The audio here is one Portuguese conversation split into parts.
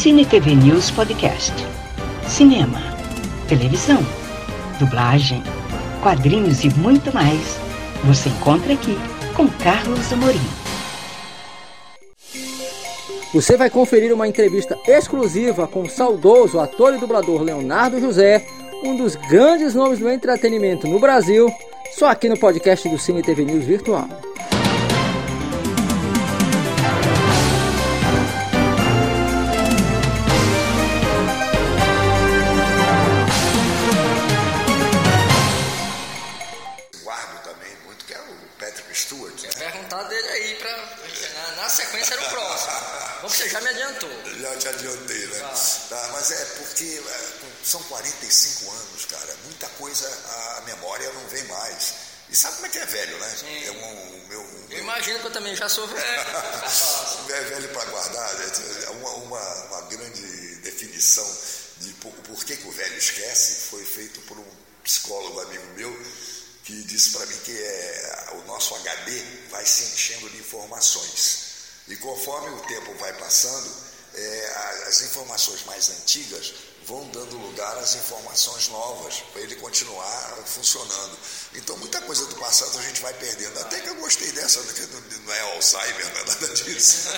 Cine TV News Podcast. Cinema, televisão, dublagem, quadrinhos e muito mais. Você encontra aqui com Carlos Amorim. Você vai conferir uma entrevista exclusiva com o saudoso ator e dublador Leonardo José, um dos grandes nomes do entretenimento no Brasil, só aqui no podcast do Cine TV News Virtual. Guardo também muito, que é o Patrick Stewart. Tinha perguntado dele aí, na sequência era o próximo. Bom que você já me adiantou. Já te adiantei, né? Tá, mas é porque são 45 anos, cara. Muita coisa, a memória não vem mais. E sabe como é que é velho, né? Sim. Eu imagino que eu também já sou velho. É velho para guardar, né? Uma grande definição de por que o velho esquece foi feito por um psicólogo amigo meu, que disse para mim que o nosso HD vai se enchendo de informações. E conforme o tempo vai passando, as informações mais antigas vão dando lugar às informações novas, para ele continuar funcionando. Então, muita coisa do passado a gente vai perdendo. Até que eu gostei dessa, não é Alzheimer, não é nada disso.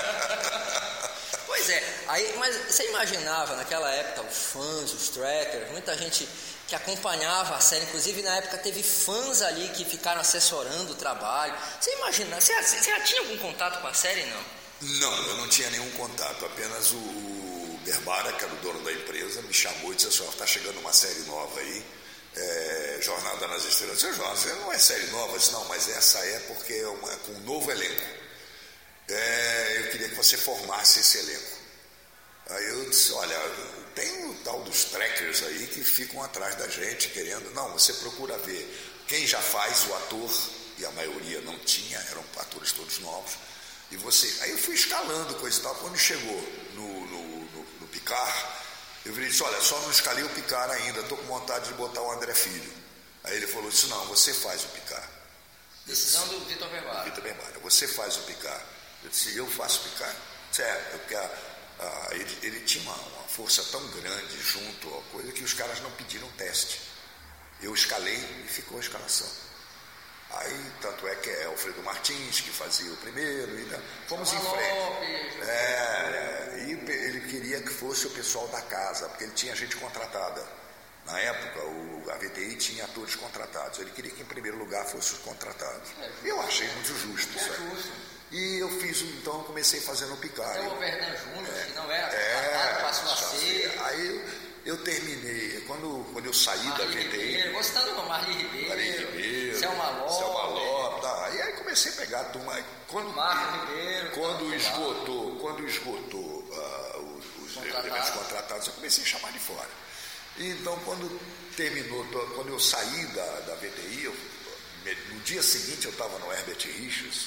Pois é, mas você imaginava naquela época os fãs, os trackers, muita gente que acompanhava a série, inclusive na época teve fãs ali que ficaram assessorando o trabalho. Você imagina, você já tinha algum contato com a série, não? Não, eu não tinha nenhum contato, apenas o Berbara, que era o dono da empresa, me chamou e disse assim: está chegando uma série nova aí, Jornada nas Estrelas. Eu disse: não é série nova? Eu disse: não, mas essa é porque é com um novo elenco. Eu queria que você formasse esse elenco. Aí eu disse: olha, tem o tal dos trackers aí que ficam atrás da gente querendo. Não, você procura ver quem já faz o ator, e a maioria não tinha, eram atores todos novos. E você. Aí eu fui escalando coisa e tal. Quando chegou no Picard, eu disse: olha, só não escalei o Picard ainda, estou com vontade de botar o André Filho. Aí ele falou: isso não, você faz o Picard. Decisão do Vitor Berbara. Vitor Berbara, você faz o Picard. Eu disse: eu faço o Picard? Certo, porque ele tinha uma força tão grande junto à coisa que os caras não pediram teste. Eu escalei e ficou a escalação. Aí, tanto é que é Alfredo Martins que fazia o primeiro, e fomos em frente. E ele queria que fosse o pessoal da casa, porque ele tinha gente contratada. Na época, a VTI tinha atores contratados. Ele queria que, em primeiro lugar, fossem os contratados. Eu achei muito justo isso aí. Justo. E eu fiz, então, comecei fazendo o Picard. Até o Verdan Júnior, que não era passou a ser. Aí eu terminei, quando eu saí da VTI... Gostando do Marli Ribeiro, Selma Lopes, e aí comecei a pegar a turma... Marco Ribeiro... Quando esgotou os elementos contratados, eu comecei a chamar de fora. Então, quando eu saí da VTI, no dia seguinte eu estava no Herbert Richards,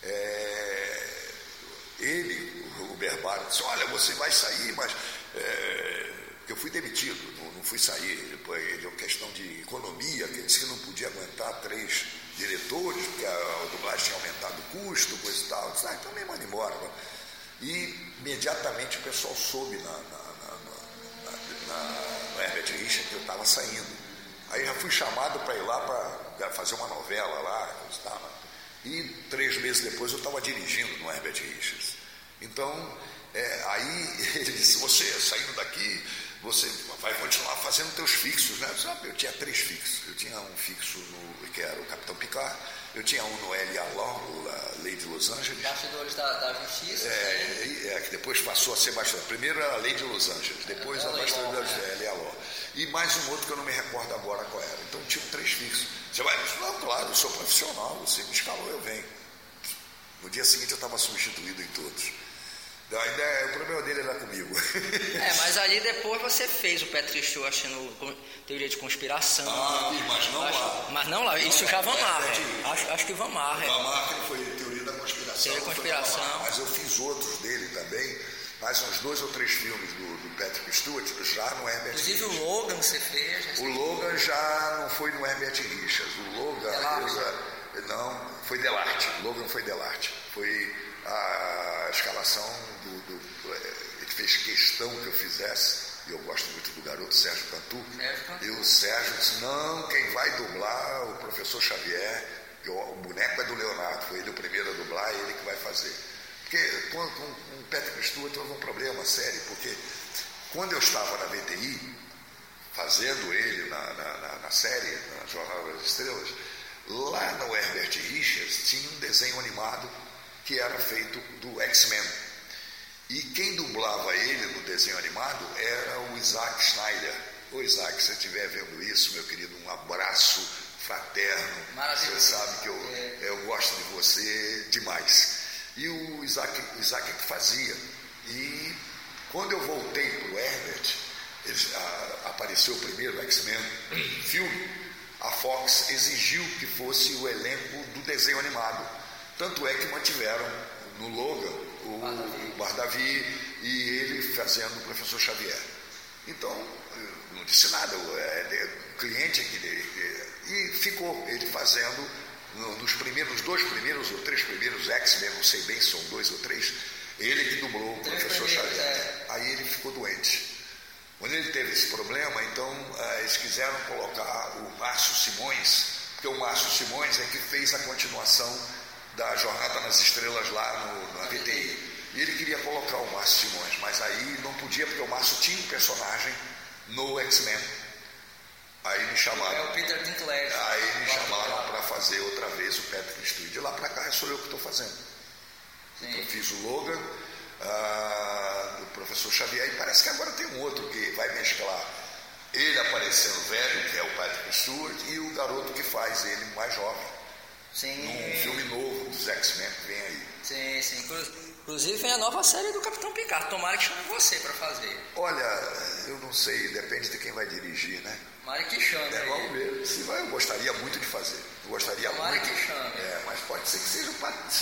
o Berbara, disse: olha, você vai sair, mas... eu fui demitido, não fui sair. Depois, de uma questão de economia, que ele disse que não podia aguentar 3 diretores, porque a dublagem tinha aumentado o custo, coisa e tal. Eu disse: então me manda embora. E imediatamente o pessoal soube no Herbert Richards que eu estava saindo. Aí já fui chamado para ir lá para fazer uma novela lá, e 3 meses depois eu estava dirigindo no Herbert Richards. Então, aí ele disse: você saindo daqui, você vai continuar fazendo teus fixos, né? Eu tinha 3 fixos. Eu tinha um fixo que era o Capitão Picard, eu tinha um no L.A. Law, a Lei de Los Angeles. Bastidores da Justiça. Que depois passou a ser bastidores. Primeiro era a Lei de Los Angeles, depois a Bastidores da L.A. Law. E mais um outro que eu não me recordo agora qual era. Então tinha 3 fixos. Você vai, não, claro, eu sou profissional, você me escalou, eu venho. No dia seguinte eu estava substituído em todos. O problema dele era comigo. Mas ali depois você fez o Patrick Stewart achando teoria de conspiração. Mas não lá. Isso já Van Marra. Acho que Van Marra. Van Marra foi teoria da conspiração. Teoria da conspiração. Mas eu fiz outros dele também. Mais uns 2 ou 3 filmes do Patrick Stewart já no Herbert Richards. Inclusive o Logan você fez. O Logan já não foi no Herbert Richards. O Logan... Não, foi Delarte. O Logan foi Delarte. Foi a escalação ele fez fez questão que eu fizesse, e eu gosto muito do garoto Sérgio Cantu, e o Sérgio disse, não, quem vai dublar o professor Xavier, o boneco é do Leonardo, foi ele o primeiro a dublar, é ele que vai fazer. Porque com o Patrick Stewart houve um problema sério, porque quando eu estava na VTI, fazendo ele na série, na Jornada das Estrelas, lá no Herbert Richards tinha um desenho animado que era feito do X-Men. E quem dublava ele no desenho animado era o Isaac Schneider. Ô Isaac, se você estiver vendo isso, meu querido, um abraço fraterno. Você sabe que eu gosto de você demais. E o Isaac é que fazia. E quando eu voltei para o Herbert, apareceu o primeiro X-Men filme, a Fox exigiu que fosse o elenco do desenho animado. Tanto é que mantiveram no Logan o Bardavi e ele fazendo o professor Xavier. Então, não disse nada, o cliente aqui e ficou ele fazendo nos dois primeiros ou três primeiros X-Men, não sei bem se são 2 ou 3, ele que dublou o professor Xavier. Aí ele ficou doente. Quando ele teve esse problema, então eles quiseram colocar o Márcio Simões, porque o Márcio Simões é que fez a continuação da Jornada nas Estrelas lá na VTI. E ele queria colocar o Márcio Simões, mas aí não podia, porque o Márcio tinha um personagem no X-Men. Aí me chamaram. É o Peter Dinklage. Aí me chamaram para fazer outra vez o Patrick Stewart. De lá para cá sou eu que estou fazendo. Eu fiz o Logan, do professor Xavier, e parece que agora tem um outro que vai mesclar ele aparecendo velho, que é o Patrick Stewart, e o garoto que faz ele mais jovem. Num filme novo dos X-Men que vem aí. Sim. Inclusive vem a nova série do Capitão Picard. Tomara que chame você para fazer. Olha, eu não sei, depende de quem vai dirigir, né? Tomara que chame. Vamos ver. Eu gostaria muito de fazer. Tomara que chame. Mas pode ser que seja.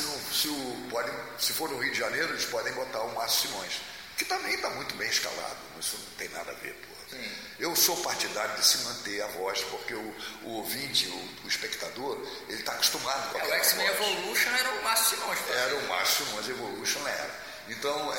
Se for no Rio de Janeiro, eles podem botar o Márcio Simões, que também está muito bem escalado. Isso não tem nada a ver, pô. Eu sou partidário de se manter a voz, porque o ouvinte, o espectador, ele está acostumado com aquela voz. O X-Men Evolution era o Márcio Simões. Era o Márcio Simões, Evolution era. Então,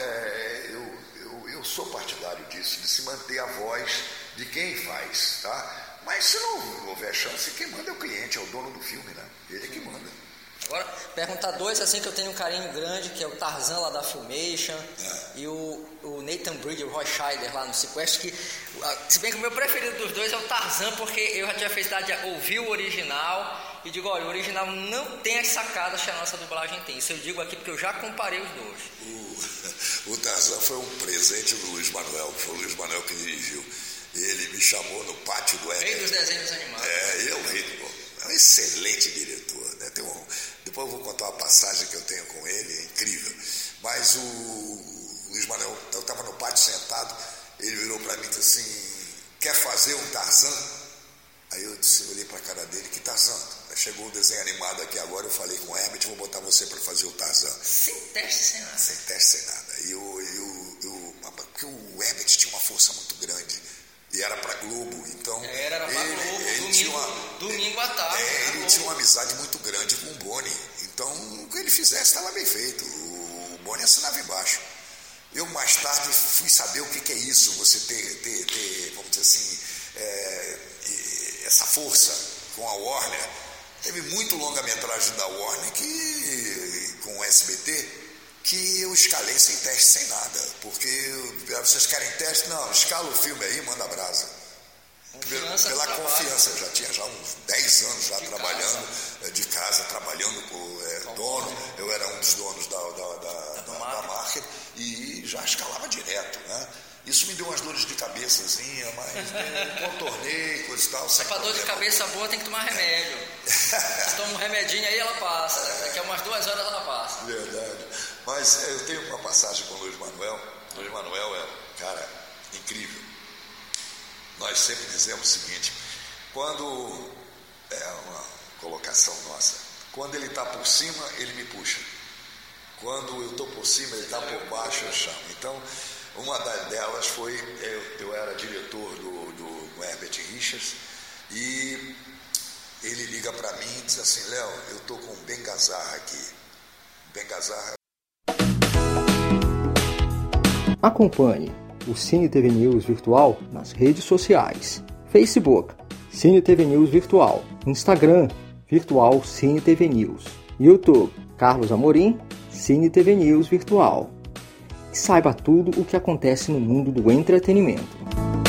eu sou partidário disso, de se manter a voz de quem faz, tá? Mas se não houver chance, quem manda é o cliente, é o dono do filme, né? Ele é que manda. Agora, perguntar dois assim que eu tenho um carinho grande, que é o Tarzan lá da Filmation e o Nathan Bridge, o Roy Scheider lá no Sequestro, que, se bem que o meu preferido dos dois é o Tarzan, porque eu já tinha feito de ouvir o original e digo, olha, o original não tem as sacadas que a nossa dublagem tem. Isso eu digo aqui porque eu já comparei os dois. O Tarzan foi um presente do Luiz Manuel, foi o Luiz Manuel que dirigiu. Ele me chamou no pátio do Rei dos desenhos animados. Ele é o rei do... É um excelente diretor, né? Depois eu vou contar uma passagem que eu tenho com ele, é incrível. Mas o Luiz Manuel, eu estava no pátio sentado, ele virou para mim e disse assim, quer fazer um Tarzan? Aí eu olhei para a cara dele, que Tarzan? Aí chegou o desenho animado aqui agora, eu falei com o Herbert, vou botar você para fazer o Tarzan. Sem teste, sem nada. Sem teste, sem nada. Porque o Herbert tinha uma força muito grande. E era para Globo, então... Era para Globo, domingo à tarde. Ele tinha uma amizade muito grande com o Boni. Então, o que ele fizesse estava bem feito. O Boni assinava embaixo. Eu, mais tarde, fui saber o que é isso, você ter vamos dizer assim, essa força com a Warner. Teve muito longa-metragem da Warner com o SBT, que eu escalei sem teste, sem nada, porque vocês querem teste? Não, escala o filme aí, manda a brasa. Pela confiança, eu já tinha uns 10 anos lá trabalhando de casa, trabalhando com o dono, eu era um dos donos da marca e já escalava direto, né? Isso me deu umas dores de cabeçazinha, mas eu contornei, coisa e tal. Para dor de cabeça boa tem que tomar remédio. Você toma um remedinho aí, ela passa. Daqui a umas 2 horas ela passa. Verdade. Mas eu tenho uma passagem com o Luiz Manuel. O Luiz Manuel é um cara incrível. Nós sempre dizemos o seguinte, quando, é uma colocação nossa, quando ele está por cima, ele me puxa. Quando eu estou por cima, ele está por baixo, eu chamo. Então, uma delas foi, eu era diretor do Herbert Richards, e ele liga para mim e diz assim, Léo, eu estou com o Ben Gazzara aqui. Ben Gazzara Acompanhe o Cine TV News Virtual nas redes sociais. Facebook, Cine TV News Virtual. Instagram, Virtual Cine TV News. YouTube, Carlos Amorim, Cine TV News Virtual. E saiba tudo o que acontece no mundo do entretenimento.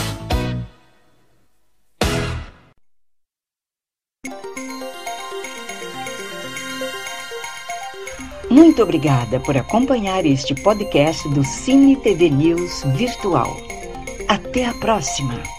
Muito obrigada por acompanhar este podcast do Cine TV News Virtual. Até a próxima!